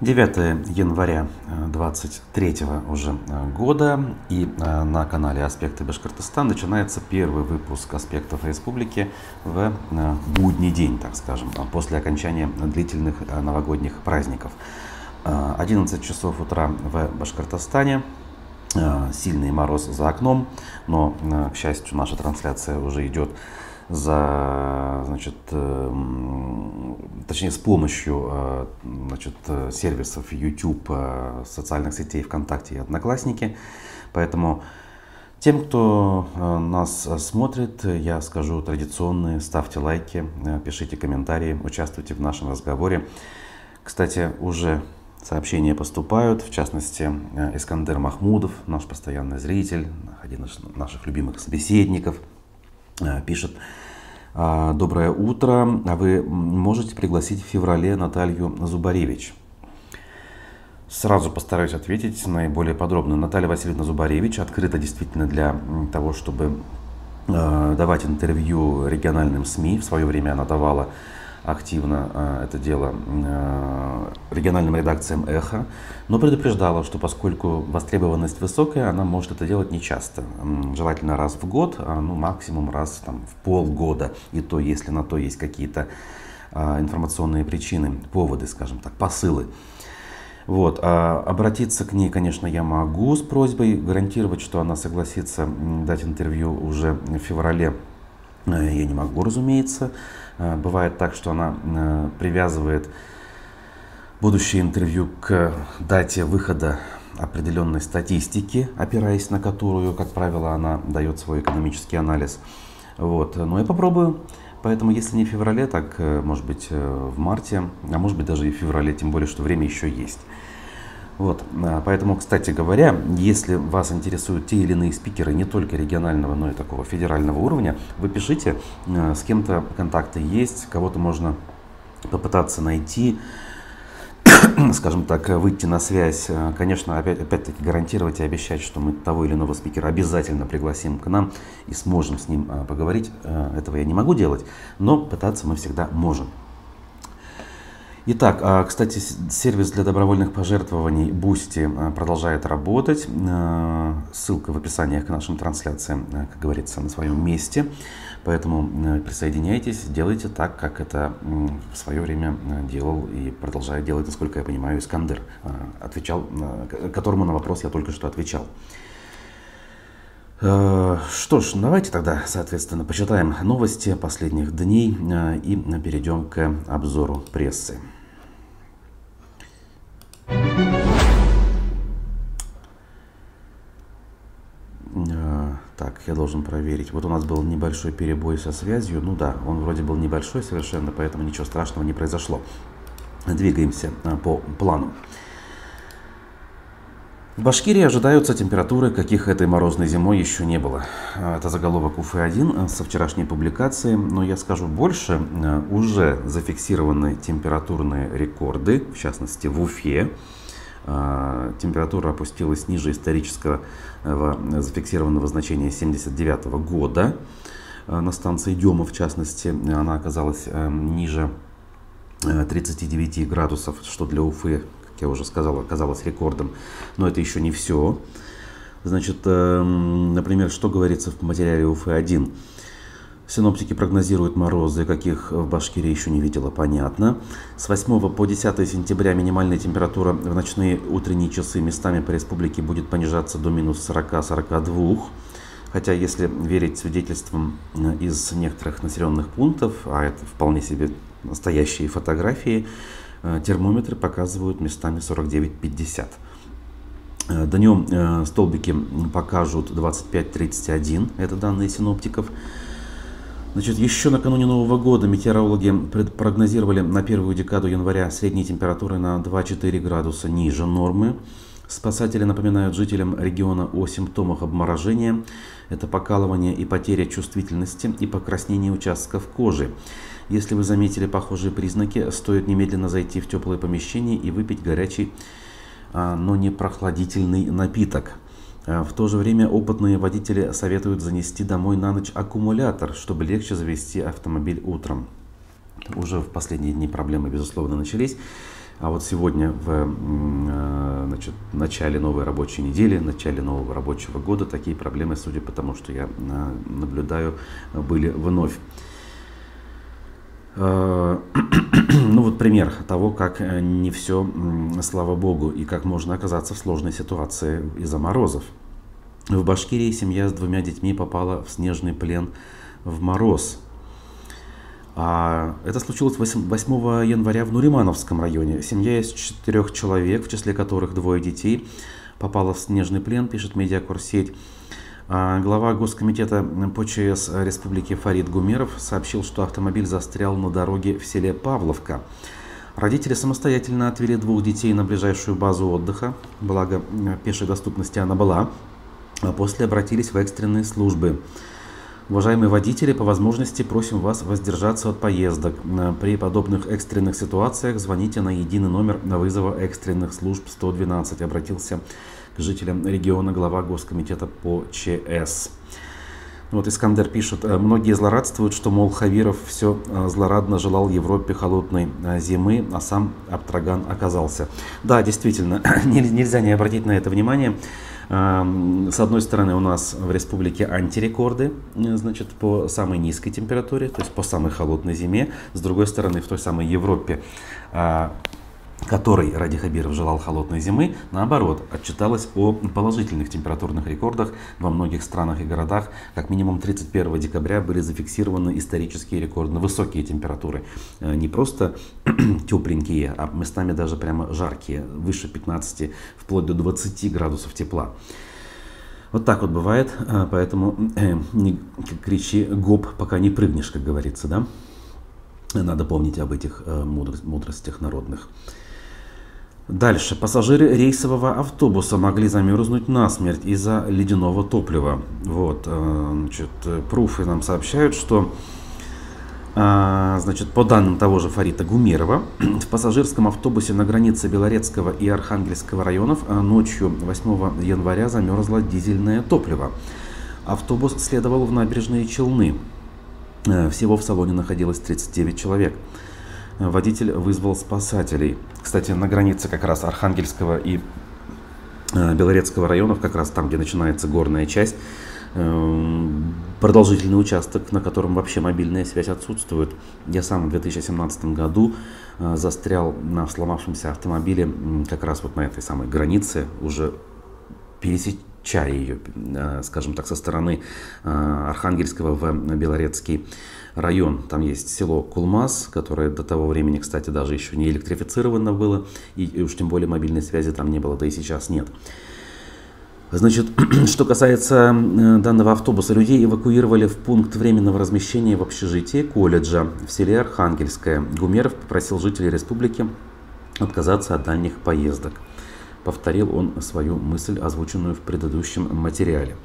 9 января 23 уже года, и на канале «Аспекты Башкортостана» начинается первый выпуск «Аспектов Республики» в будний день, так скажем, после окончания длительных новогодних праздников. 11 часов утра в Башкортостане, сильный мороз за окном, но, к счастью, наша трансляция уже идет точнее, с помощью сервисов YouTube, социальных сетей ВКонтакте и Одноклассники. Поэтому тем, кто нас смотрит, я скажу традиционные: ставьте лайки, пишите комментарии, участвуйте в нашем разговоре. Кстати, уже сообщения поступают, в частности, Искандер Махмудов, наш постоянный зритель, один из наших любимых собеседников, пишет: доброе утро, а вы можете пригласить в феврале Наталью Зубаревич? Сразу постараюсь ответить наиболее подробно. Наталья Васильевна Зубаревич открыта действительно для того, чтобы давать интервью региональным СМИ. В свое время она давала активно это дело региональным редакциям «Эхо», но предупреждала, что поскольку востребованность высокая, она может это делать нечасто. Желательно раз в год, максимум раз в полгода. И то, если на то есть какие-то информационные причины, поводы, скажем так, посылы. Вот. Обратиться к ней, конечно, я могу с просьбой. Гарантировать, что она согласится дать интервью уже в феврале, я не могу, разумеется. Бывает так, что она привязывает будущее интервью к дате выхода определенной статистики, опираясь на которую, как правило, она дает свой экономический анализ. Вот. Но я попробую. Поэтому, если не в феврале, так, может быть, в марте, а может быть, даже и в феврале, тем более, что время еще есть. Вот. Поэтому, кстати говоря, если вас интересуют те или иные спикеры не только регионального, но и такого федерального уровня, вы пишите, с кем-то контакты есть, кого-то можно попытаться найти, скажем так, выйти на связь. Конечно, опять-таки гарантировать и обещать, что мы того или иного спикера обязательно пригласим к нам и сможем с ним поговорить, этого я не могу делать, но пытаться мы всегда можем. Итак, кстати, сервис для добровольных пожертвований Boosty продолжает работать. Ссылка в описании к нашим трансляциям, как говорится, на своем месте. Поэтому присоединяйтесь, делайте так, как это в свое время делал и продолжает делать, насколько я понимаю, Искандер, которому на вопрос я только что отвечал. Что ж, давайте тогда, соответственно, почитаем новости последних дней и перейдем к обзору прессы. Так, я должен проверить. Вот у нас был небольшой перебой со связью. Ну да, он вроде был небольшой совершенно, поэтому ничего страшного не произошло. Двигаемся по плану. В Башкирии ожидаются температуры, каких этой морозной зимой еще не было. Это заголовок Уфы-1 со вчерашней публикации. Но я скажу больше, уже зафиксированы температурные рекорды, в частности в Уфе. Температура опустилась ниже исторического зафиксированного значения 1979 года. На станции Дема, в частности, она оказалась ниже 39 градусов, что для Уфы, как я уже сказал, оказалось рекордом. Но это еще не все. Значит, например, что говорится в материале Уфы-1. Синоптики прогнозируют морозы, каких в Башкирии еще не видела, понятно. С 8 по 10 сентября минимальная температура в ночные утренние часы местами по республике будет понижаться до минус 40-42. Хотя, если верить свидетельствам из некоторых населенных пунктов, а это вполне себе настоящие фотографии, термометры показывают местами 49-50. Днем столбики покажут 25-31, это данные синоптиков. Значит, еще накануне Нового года метеорологи прогнозировали на первую декаду января средние температуры на 2-4 градуса ниже нормы. Спасатели напоминают жителям региона о симптомах обморожения. Это покалывание и потеря чувствительности и покраснение участков кожи. Если вы заметили похожие признаки, стоит немедленно зайти в теплое помещение и выпить горячий, но не прохладительный напиток. В то же время опытные водители советуют занести домой на ночь аккумулятор, чтобы легче завести автомобиль утром. Уже в последние дни проблемы, безусловно, начались. А вот сегодня, в начале новой рабочей недели, начале нового рабочего года, такие проблемы, судя по тому, что я наблюдаю, были вновь. Ну вот пример того, как не все, слава богу, и как можно оказаться в сложной ситуации из-за морозов. В Башкирии семья с 2 детьми попала в снежный плен в мороз. Это случилось 8 января в Нуримановском районе. Семья из 4 человек, в числе которых 2 детей, попала в снежный плен, пишет Медиакурсеть. Глава Госкомитета по ЧС Республики Фарид Гумеров сообщил, что автомобиль застрял на дороге в селе Павловка. Родители самостоятельно отвели 2 детей на ближайшую базу отдыха, благо пешей доступности она была, а после обратились в экстренные службы. Уважаемые водители, по возможности просим вас воздержаться от поездок. При подобных экстренных ситуациях звоните на единый номер вызова экстренных служб 112, обратился к жителям региона глава Госкомитета по ЧС. Вот Искандер пишет: многие злорадствуют, что, мол, Хавиров все злорадно желал Европе холодной зимы, а сам Аптраган оказался. Да, действительно, нельзя не обратить на это внимание. С одной стороны, у нас в республике антирекорды, значит, по самой низкой температуре, то есть по самой холодной зиме. С другой стороны, в той самой Европе, которой Ради Хабиров желал холодной зимы, наоборот, отчиталось о положительных температурных рекордах во многих странах и городах. Как минимум 31 декабря были зафиксированы исторические рекордно высокие температуры. Не просто тепленькие, а местами даже прямо жаркие, выше 15, вплоть до 20 градусов тепла. Вот так вот бывает, поэтому не кричи гоп, пока не прыгнешь, как говорится, да? Надо помнить об этих мудростях народных. Дальше. Пассажиры рейсового автобуса могли замерзнуть насмерть из-за ледяного топлива. Вот, значит, пруфы нам сообщают, что, значит, по данным того же Фарита Гумерова, в пассажирском автобусе на границе Белорецкого и Архангельского районов ночью 8 января замерзло дизельное топливо. Автобус следовал в Набережные Челны. Всего в салоне находилось 39 человек. Водитель вызвал спасателей. Кстати, на границе как раз Архангельского и Белорецкого районов, как раз там, где начинается горная часть, продолжительный участок, на котором вообще мобильная связь отсутствует. Я сам в 2017 году застрял на сломавшемся автомобиле как раз вот на этой самой границе, уже пересечая ее, скажем так, со стороны Архангельского в Белорецкий район. Там есть село Кулмас, которое до того времени, кстати, даже еще не электрифицировано было, и уж тем более мобильной связи там не было, да и сейчас нет. Значит, что касается данного автобуса, людей эвакуировали в пункт временного размещения в общежитии колледжа в селе Архангельское. Гумеров попросил жителей республики отказаться от дальних поездок. Повторил он свою мысль, озвученную в предыдущем материале.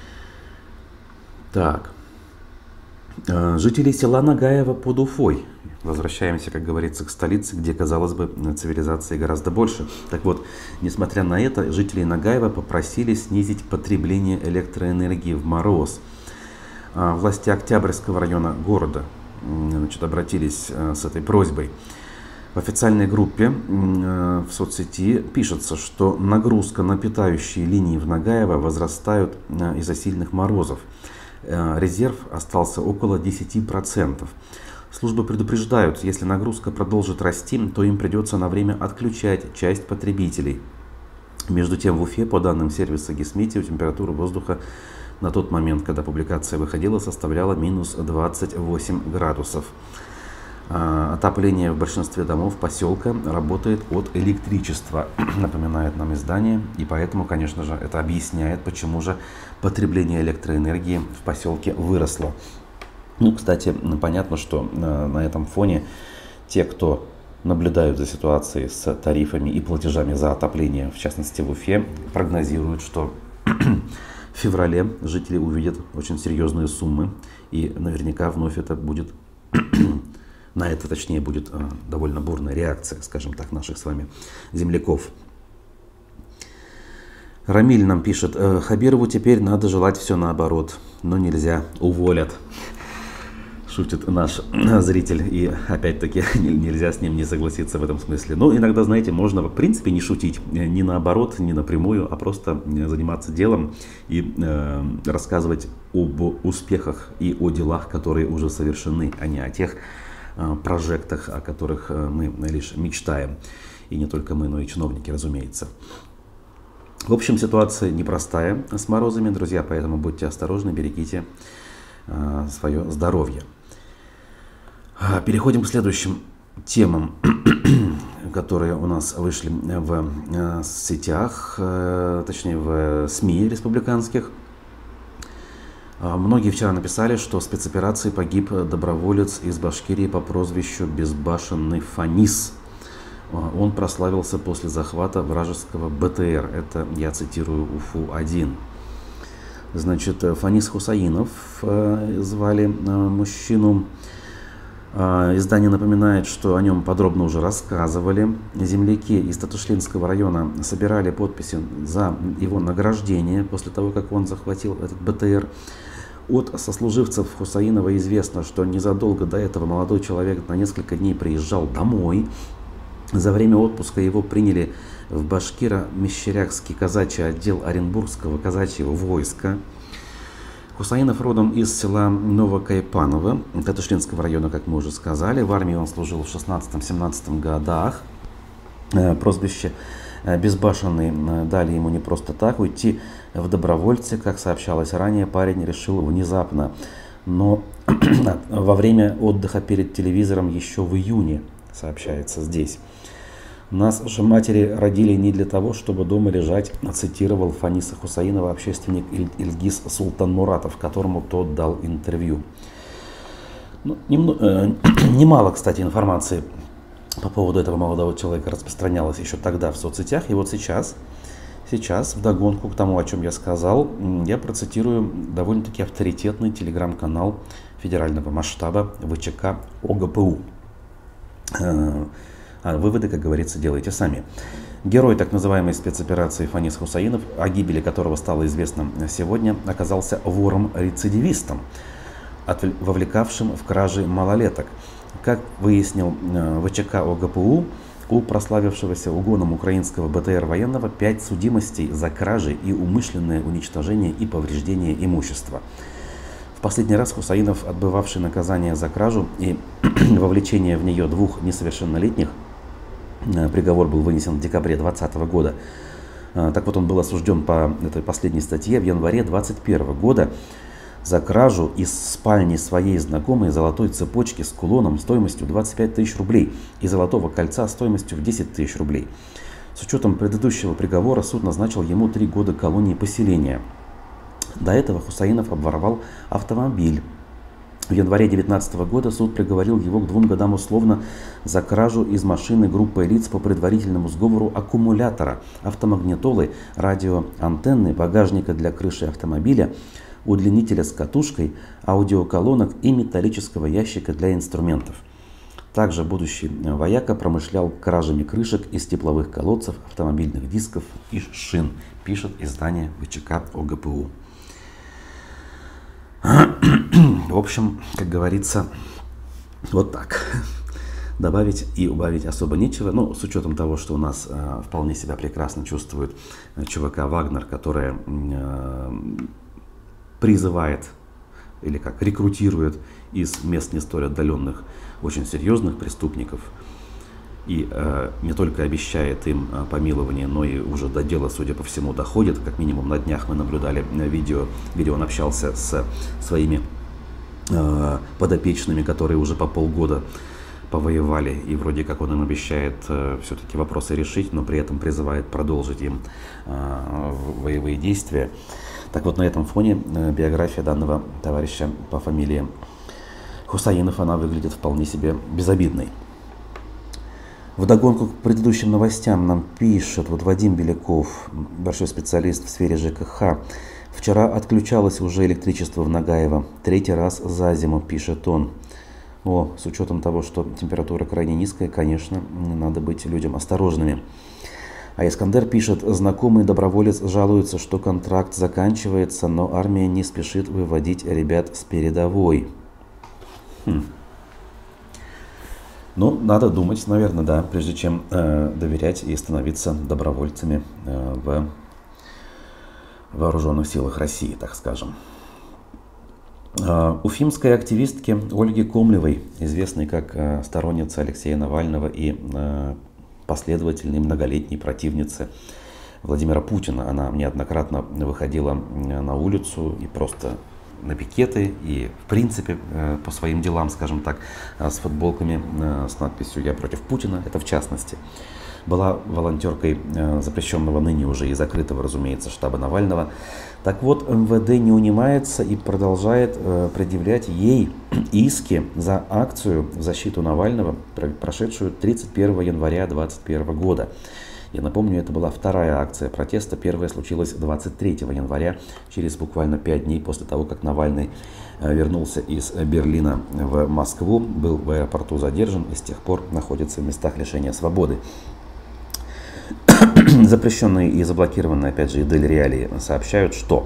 Так. Жители села Нагаева под Уфой. Возвращаемся, как говорится, к столице, где, казалось бы, цивилизации гораздо больше. Так вот, несмотря на это, жители Нагаева попросили снизить потребление электроэнергии в мороз. Власти Октябрьского района города, значит, обратились с этой просьбой. В официальной группе в соцсети пишется, что нагрузка на питающие линии в Нагаево возрастают из-за сильных морозов. Резерв остался около 10%. Службы предупреждают, если нагрузка продолжит расти, то им придется на время отключать часть потребителей. Между тем, в Уфе, по данным сервиса Гисметео, температура воздуха на тот момент, когда публикация выходила, составляла минус 28 градусов. Отопление в большинстве домов поселка работает от электричества, напоминает нам издание, и поэтому, конечно же, это объясняет, почему же потребление электроэнергии в поселке выросло. Ну, кстати, понятно, что на этом фоне те, кто наблюдают за ситуацией с тарифами и платежами за отопление, в частности в Уфе, прогнозируют, что в феврале жители увидят очень серьезные суммы, и наверняка вновь это будет... На это, точнее, будет довольно бурная реакция, скажем так, наших с вами земляков. Рамиль нам пишет: Хабирову теперь надо желать все наоборот, но нельзя, уволят. шутит наш зритель, и опять-таки нельзя с ним не согласиться в этом смысле. Но иногда, знаете, можно в принципе не шутить, ни наоборот, ни напрямую, а просто заниматься делом и рассказывать об успехах и о делах, которые уже совершены, а не о тех прожектах, о которых мы лишь мечтаем. И не только мы, но и чиновники, разумеется. В общем, ситуация непростая с морозами, друзья, поэтому будьте осторожны, берегите свое здоровье. Переходим к следующим темам, которые у нас вышли в сетях, точнее в СМИ республиканских. Многие вчера написали, что в спецоперации погиб доброволец из Башкирии по прозвищу Безбашенный Фанис. Он прославился после захвата вражеского БТР. Это я цитирую УФУ-1. Значит, Фанис Хусаинов звали мужчину. Издание напоминает, что о нем подробно уже рассказывали. Земляки из Татушлинского района собирали подписи за его награждение после того, как он захватил этот БТР. От сослуживцев Хусаинова известно, что незадолго до этого молодой человек на несколько дней приезжал домой. За время отпуска его приняли в Башкиро-Мещерякский казачий отдел Оренбургского казачьего войска. Хусаинов родом из села Новокайпаново, Татушлинского района, как мы уже сказали. В армии он служил в 16-17 годах. Прозвище Безбашенный дали ему не просто так. Уйти в добровольцы, как сообщалось ранее, парень решил внезапно. Но во время отдыха перед телевизором еще в июне, сообщается здесь. Нас же матери родили не для того, чтобы дома лежать, цитировал Фаниса Хусаинова общественник Ильгиз Султанмуратов, которому тот дал интервью. Ну, немало, кстати, информации по поводу этого молодого человека распространялось еще тогда в соцсетях. И вот сейчас, вдогонку к тому, о чем я сказал, я процитирую довольно-таки авторитетный телеграм-канал федерального масштаба ВЧК ОГПУ. А выводы, как говорится, делайте сами. Герой так называемой спецоперации Фанис Хусаинов, о гибели которого стало известно сегодня, оказался вором-рецидивистом, вовлекавшим в кражи малолеток. Как выяснил ВЧК ОГПУ, у прославившегося угоном украинского БТР военного 5 судимостей за кражи и умышленное уничтожение и повреждение имущества. В последний раз Хусаинов, отбывавший наказание за кражу и вовлечение в нее 2 несовершеннолетних, приговор был вынесен в декабре 2020 года. Так вот, он был осужден по этой последней статье в январе 2021 года за кражу из спальни своей знакомой золотой цепочки с кулоном стоимостью 25 тысяч рублей и золотого кольца стоимостью в 10 тысяч рублей. С учетом предыдущего приговора суд назначил ему 3 года колонии поселения. До этого Хусаинов обворовал автомобиль. В январе 2019 года суд приговорил его к 2 годам условно за кражу из машины группой лиц по предварительному сговору аккумулятора, автомагнитолы, радиоантенны, багажника для крыши автомобиля, удлинителя с катушкой, аудиоколонок и металлического ящика для инструментов. Также будущий вояка промышлял кражами крышек из тепловых колодцев, автомобильных дисков и шин, пишет издание ВЧК ОГПУ. В общем, как говорится, вот так. Добавить и убавить особо нечего. Но с учетом того, что у нас вполне себя прекрасно чувствует ЧВК «Вагнер», которая призывает или как рекрутирует из мест не столь отдаленных очень серьезных преступников. И не только обещает им помилование, но и уже до дела, судя по всему, доходит. Как минимум на днях мы наблюдали видео, где он общался с своими подопечными, которые уже по полгода повоевали. И вроде как он им обещает все-таки вопросы решить, но при этом призывает продолжить им боевые действия. Так вот, на этом фоне биография данного товарища по фамилии Хусаинов, она выглядит вполне себе безобидной. Вдогонку к предыдущим новостям нам пишет вот Вадим Беляков, большой специалист в сфере ЖКХ. Вчера отключалось уже электричество в Нагаево. 3-й раз за зиму, пишет он. С учетом того, что температура крайне низкая, конечно, надо быть людям осторожными. А Искандер пишет, знакомый доброволец жалуется, что контракт заканчивается, но армия не спешит выводить ребят с передовой. Ну, надо думать, наверное, да, прежде чем доверять и становиться добровольцами в вооруженных силах России, так скажем. Уфимской активистке Ольге Комлевой, известной как сторонница Алексея Навального и последовательной многолетней противницы Владимира Путина. Она неоднократно выходила на улицу и просто на пикеты, и в принципе по своим делам, скажем так, с футболками с надписью «Я против Путина», это в частности. Была волонтеркой запрещенного ныне уже и закрытого, разумеется, штаба Навального. Так вот, МВД не унимается и продолжает предъявлять ей иски за акцию в защиту Навального, прошедшую 31 января 2021 года. Я напомню, это была вторая акция протеста. Первая случилась 23 января, через буквально 5 дней после того, как Навальный вернулся из Берлина в Москву, был в аэропорту задержан и с тех пор находится в местах лишения свободы. Запрещенные и заблокированные, опять же, Дель Реалии сообщают, что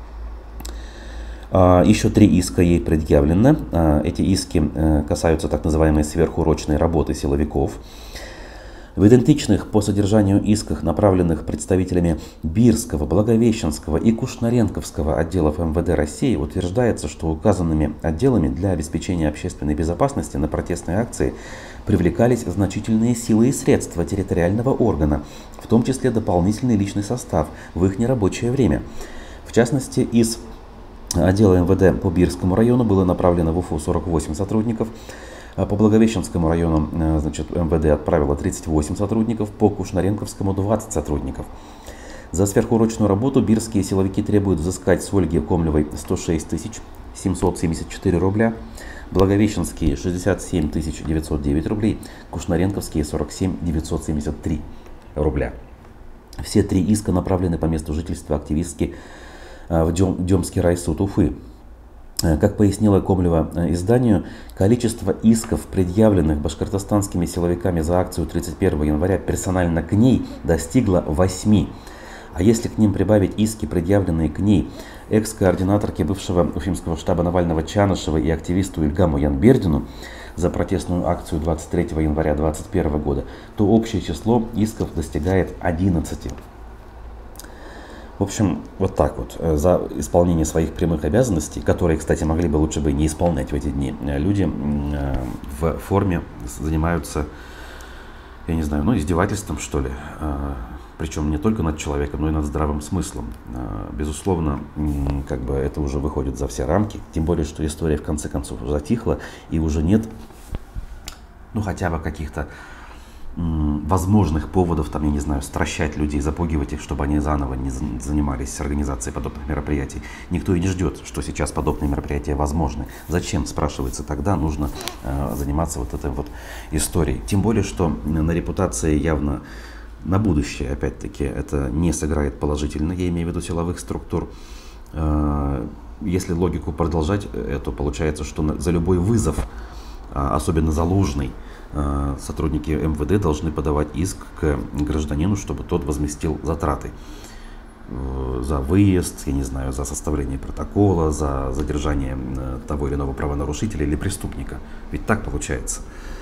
еще 3 иска ей предъявлены. Эти иски касаются так называемой сверхурочной работы силовиков. В идентичных по содержанию исках, направленных представителями Бирского, Благовещенского и Кушнаренковского отделов МВД России, утверждается, что указанными отделами для обеспечения общественной безопасности на протестной акции привлекались значительные силы и средства территориального органа, в том числе дополнительный личный состав в их нерабочее время. В частности, из отдела МВД по Бирскому району было направлено в Уфу 48 сотрудников, по Благовещенскому району, значит, МВД отправило 38 сотрудников, по Кушнаренковскому 20 сотрудников. За сверхурочную работу бирские силовики требуют взыскать с Ольги Комлевой 106 774 рубля, Благовещенские 67 909 рублей, Кушнаренковские 47 973 рубля. Все 3 иска направлены по месту жительства активистки в Демский райсуд Уфы. Как пояснила Комлева изданию, количество исков, предъявленных башкортостанскими силовиками за акцию 31 января персонально к ней, достигло 8. А если к ним прибавить иски, предъявленные к ней экс-координаторке бывшего уфимского штаба Навального Чанышева и активисту Ильгаму Янбердину за протестную акцию 23 января 2021 года, то общее число исков достигает 11. В общем, вот так вот, за исполнение своих прямых обязанностей, которые, кстати, могли бы лучше бы не исполнять в эти дни, люди в форме занимаются, я не знаю, ну, издевательством, что ли. Причем не только над человеком, но и над здравым смыслом. Безусловно, как бы это уже выходит за все рамки, тем более, что история в конце концов затихла, и уже нет, ну, хотя бы каких-то возможных поводов, там, я не знаю, стращать людей, запугивать их, чтобы они заново не занимались организацией подобных мероприятий. Никто и не ждет, что сейчас подобные мероприятия возможны. Зачем, спрашивается, тогда нужно заниматься вот этой вот историей? Тем более, что на репутации явно на будущее, опять-таки, это не сыграет положительно, я имею в виду силовых структур. Если логику продолжать, то получается, что за любой вызов, особенно за ложный, сотрудники МВД должны подавать иск к гражданину, чтобы тот возместил затраты за выезд, я не знаю, за составление протокола, за задержание того или иного правонарушителя или преступника. Ведь так получается.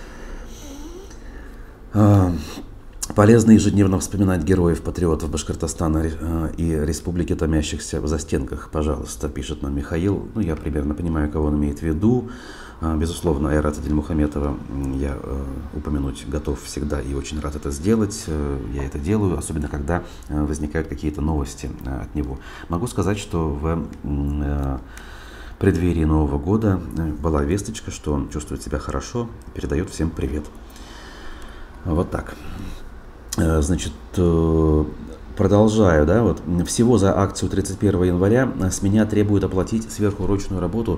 Полезно ежедневно вспоминать героев-патриотов Башкортостана и республики, томящихся в застенках, пожалуйста, пишет нам Михаил. Ну, я примерно понимаю, кого он имеет в виду. Безусловно, Айрата Дильмухаметова я упомянуть готов всегда и очень рад это сделать. Я это делаю, особенно когда возникают какие-то новости от него. Могу сказать, что в преддверии Нового года была весточка, что он чувствует себя хорошо, передает всем привет. Вот так. Значит, продолжаю, да, вот. Всего за акцию 31 января с меня требуют оплатить сверхурочную работу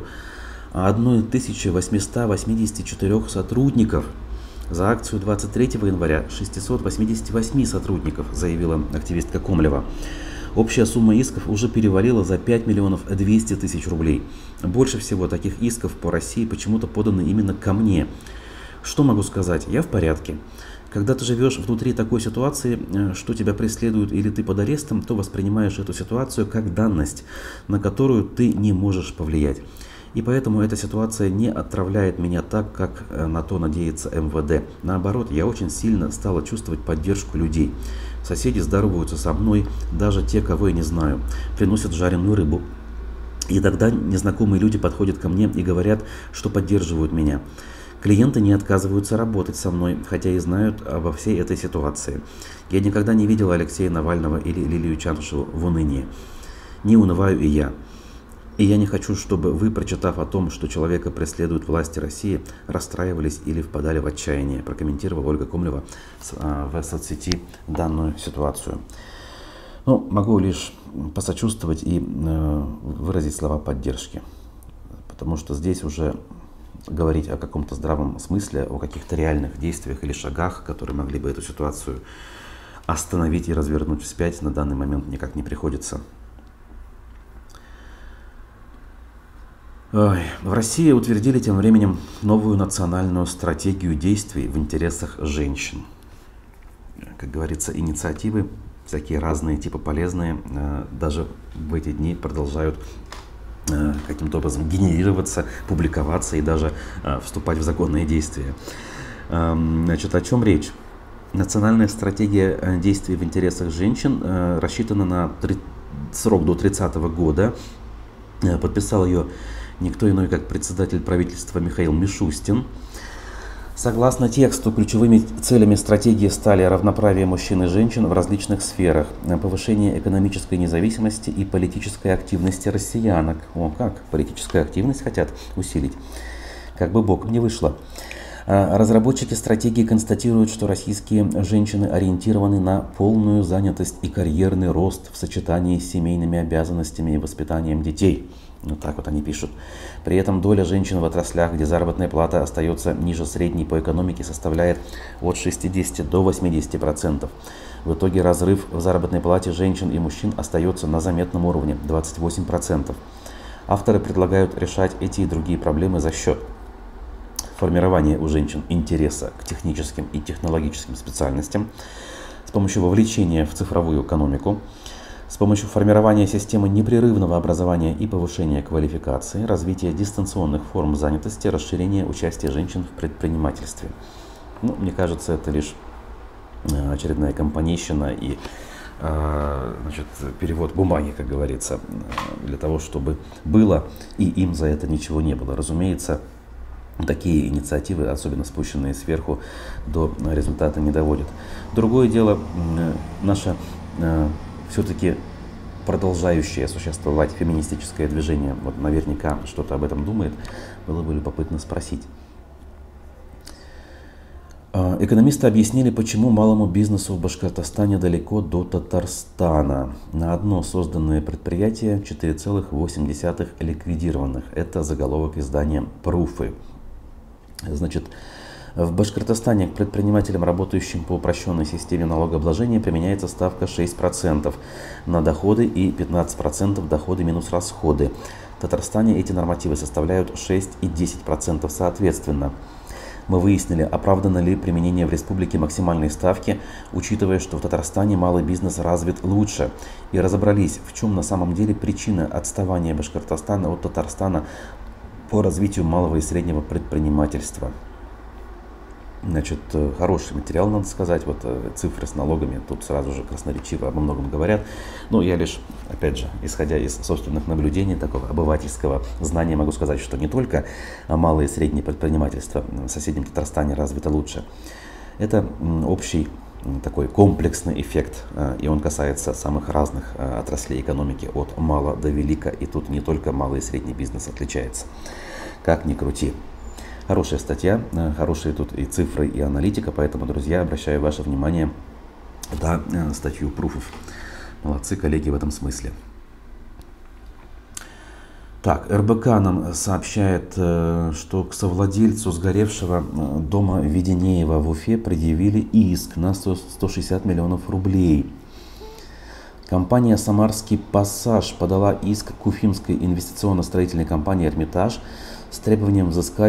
1884 сотрудников. За акцию 23 января 688 сотрудников, заявила активистка Комлева. Общая сумма исков уже перевалила за 5 миллионов 200 тысяч рублей. Больше всего таких исков по России почему-то поданы именно ко мне. Что могу сказать? Я в порядке. Когда ты живешь внутри такой ситуации, что тебя преследуют или ты под арестом, то воспринимаешь эту ситуацию как данность, на которую ты не можешь повлиять. И поэтому эта ситуация не отравляет меня так, как на то надеется МВД. Наоборот, я очень сильно стала чувствовать поддержку людей. Соседи здороваются со мной, даже те, кого я не знаю, приносят жареную рыбу. И тогда незнакомые люди подходят ко мне и говорят, что поддерживают меня. Клиенты не отказываются работать со мной, хотя и знают обо всей этой ситуации. Я никогда не видел Алексея Навального или Лилию Чанышеву в унынии. Не унываю и я. И я не хочу, чтобы вы, прочитав о том, что человека преследуют власти России, расстраивались или впадали в отчаяние, прокомментировала Ольга Комлева в соцсети данную ситуацию. Ну, могу лишь посочувствовать и выразить слова поддержки, потому что здесь уже говорить о каком-то здравом смысле, о каких-то реальных действиях или шагах, которые могли бы эту ситуацию остановить и развернуть вспять, на данный момент никак не приходится. В России утвердили тем временем новую национальную стратегию действий в интересах женщин. Как говорится, инициативы всякие разные, типа полезные, даже в эти дни продолжают каким-то образом генерироваться, публиковаться и даже вступать в законные действия. Значит, о чем речь? Национальная стратегия действий в интересах женщин рассчитана на срок до 30 года. Подписал ее никто иной, как председатель правительства Михаил Мишустин. Согласно тексту, ключевыми целями стратегии стали равноправие мужчин и женщин в различных сферах, повышение экономической независимости и политической активности россиянок. О, как политическую активность хотят усилить, как бы боком не вышло. Разработчики стратегии констатируют, что российские женщины ориентированы на полную занятость и карьерный рост в сочетании с семейными обязанностями и воспитанием детей. Вот так вот они пишут. При этом доля женщин в отраслях, где заработная плата остается ниже средней по экономике, составляет от 60 до 80%. В итоге разрыв в заработной плате женщин и мужчин остается на заметном уровне – 28%. Авторы предлагают решать эти и другие проблемы за счет формирования у женщин интереса к техническим и технологическим специальностям, с помощью вовлечения в цифровую экономику, с помощью формирования системы непрерывного образования и повышения квалификации, развития дистанционных форм занятости, расширения участия женщин в предпринимательстве. Ну, мне кажется, это лишь очередная компанейщина и значит, перевод бумаги, как говорится, для того, чтобы было, и им за это ничего не было. Разумеется, такие инициативы, особенно спущенные сверху, до результата не доводят. Другое дело, наша все-таки продолжающее существовать феминистическое движение, вот наверняка что-то об этом думает, было бы любопытно спросить. Экономисты объяснили, почему малому бизнесу в Башкортостане далеко до Татарстана. На одно созданное предприятие 4,8 ликвидированных. Это заголовок издания «Пруфы». Значит, в Башкортостане к предпринимателям, работающим по упрощенной системе налогообложения, применяется ставка 6% на доходы и 15% доходы минус расходы. В Татарстане эти нормативы составляют 6 и 10% соответственно. Мы выяснили, оправдано ли применение в республике максимальной ставки, учитывая, что в Татарстане малый бизнес развит лучше, и разобрались, в чем на самом деле причина отставания Башкортостана от Татарстана по развитию малого и среднего предпринимательства. Значит, хороший материал, надо сказать, вот цифры с налогами тут сразу же красноречиво обо многом говорят. Но я лишь, опять же, исходя из собственных наблюдений, такого обывательского знания, могу сказать, что не только малое и среднее предпринимательство в соседнем Татарстане развито лучше. Это общий такой комплексный эффект, и он касается самых разных отраслей экономики, от мала до велика, и тут не только малый и средний бизнес отличается, как ни крути. Хорошая статья, хорошие тут и цифры, и аналитика, поэтому, друзья, обращаю ваше внимание на статью Пруфов. Молодцы коллеги в этом смысле. Так, РБК нам сообщает, что к совладельцу сгоревшего дома Веденеева в Уфе предъявили иск на 160 миллионов рублей. Компания «Самарский пассаж» подала иск к уфимской инвестиционно-строительной компании «Эрмитаж» с требованием взыскать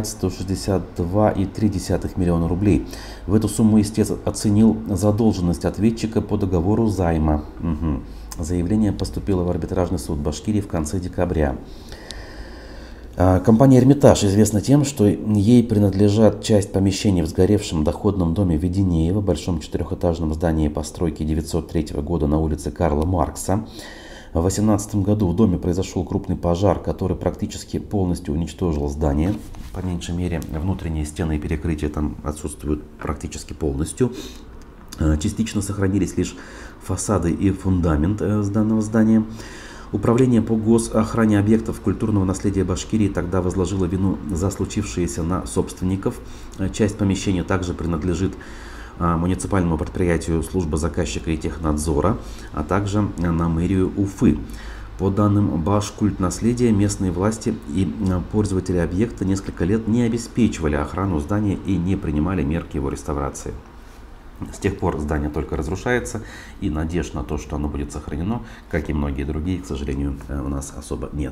162,3 миллиона рублей. В эту сумму истец оценил задолженность ответчика по договору займа. Заявление поступило в арбитражный суд Башкирии в конце декабря. Компания «Эрмитаж» известна тем, что ей принадлежат часть помещений в сгоревшем доходном доме Веденеева, большом четырехэтажном здании постройки 903 года на улице Карла Маркса. В 2018 году в доме произошел крупный пожар, который практически полностью уничтожил здание. По меньшей мере, внутренние стены и перекрытия там отсутствуют практически полностью. Частично сохранились лишь фасады и фундамент данного здания. Управление по госохране объектов культурного наследия Башкирии тогда возложило вину за случившееся на собственников. Часть помещения также принадлежит муниципальному предприятию «Служба заказчика и технадзора», а также на мэрию Уфы. По данным Башкультнаследия, местные власти и пользователи объекта несколько лет не обеспечивали охрану здания и не принимали мер к его реставрации. С тех пор здание только разрушается, и надежд на то, что оно будет сохранено, как и многие другие, к сожалению, у нас особо нет.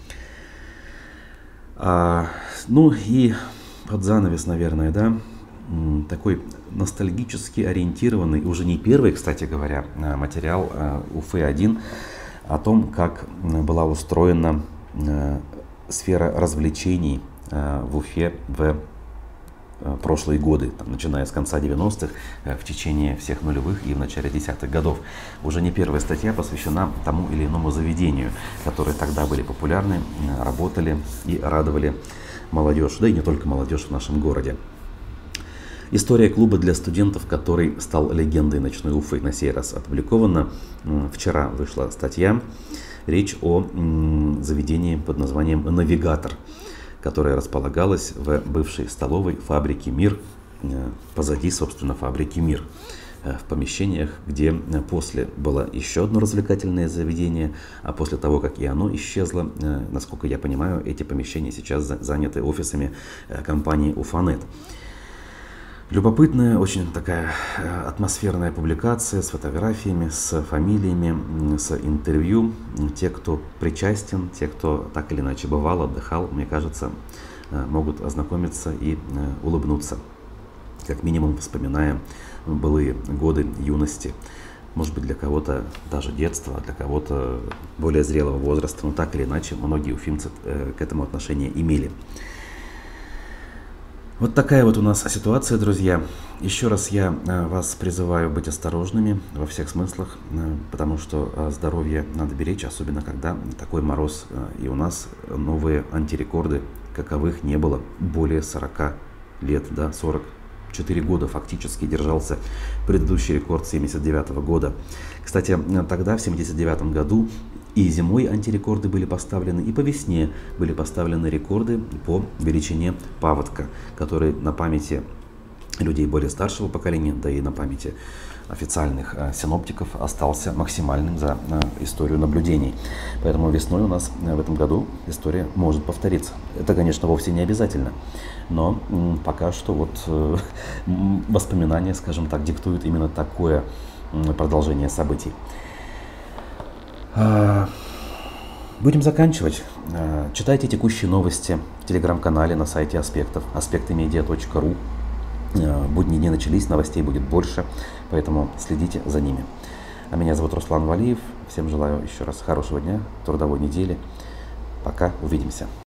Ну и под занавес, наверное, да, такой ностальгически ориентированный, уже не первый, кстати говоря, материал Уфы-1 о том, как была устроена сфера развлечений в Уфе в прошлые годы, начиная с конца 90-х, в течение всех нулевых и в начале десятых годов. Уже не первая статья посвящена тому или иному заведению, которые тогда были популярны, работали и радовали молодежь, да и не только молодежь в нашем городе. История клуба для студентов, который стал легендой ночной Уфы, на сей раз опубликована. Вчера вышла статья. Речь о заведении под названием «Навигатор», которая располагалась в бывшей столовой фабрики «Мир», позади, собственно, фабрики «Мир», в помещениях, где после было еще одно развлекательное заведение, а после того, как и оно исчезло, насколько я понимаю, эти помещения сейчас заняты офисами компании «Уфанет». Любопытная, очень такая атмосферная публикация с фотографиями, с фамилиями, с интервью. Те, кто причастен, те, кто так или иначе бывал, отдыхал, мне кажется, могут ознакомиться и улыбнуться, как минимум вспоминая былые годы юности. Может быть, для кого-то даже детства, для кого-то более зрелого возраста, но так или иначе многие уфимцы к этому отношение имели. Вот такая вот у нас ситуация, друзья. Еще раз я вас призываю быть осторожными во всех смыслах, потому что здоровье надо беречь, особенно когда такой мороз. И у нас новые антирекорды, каковых не было более 40 лет, да, 44 года фактически держался предыдущий рекорд 79 года. Кстати, тогда, в 79 году, и зимой антирекорды были поставлены, и по весне были поставлены рекорды по величине паводка, который на памяти людей более старшего поколения, да и на памяти официальных синоптиков остался максимальным за историю наблюдений. Поэтому весной у нас в этом году история может повториться. Это, конечно, вовсе не обязательно, но пока что вот воспоминания, скажем так, диктуют именно такое продолжение событий. Будем заканчивать. Читайте текущие новости в телеграм-канале на сайте Аспектов, aspectmedia.ru. Будние дни начались, новостей будет больше, поэтому следите за ними. А меня зовут Руслан Валиев. Всем желаю еще раз хорошего дня, трудовой недели. Пока, увидимся.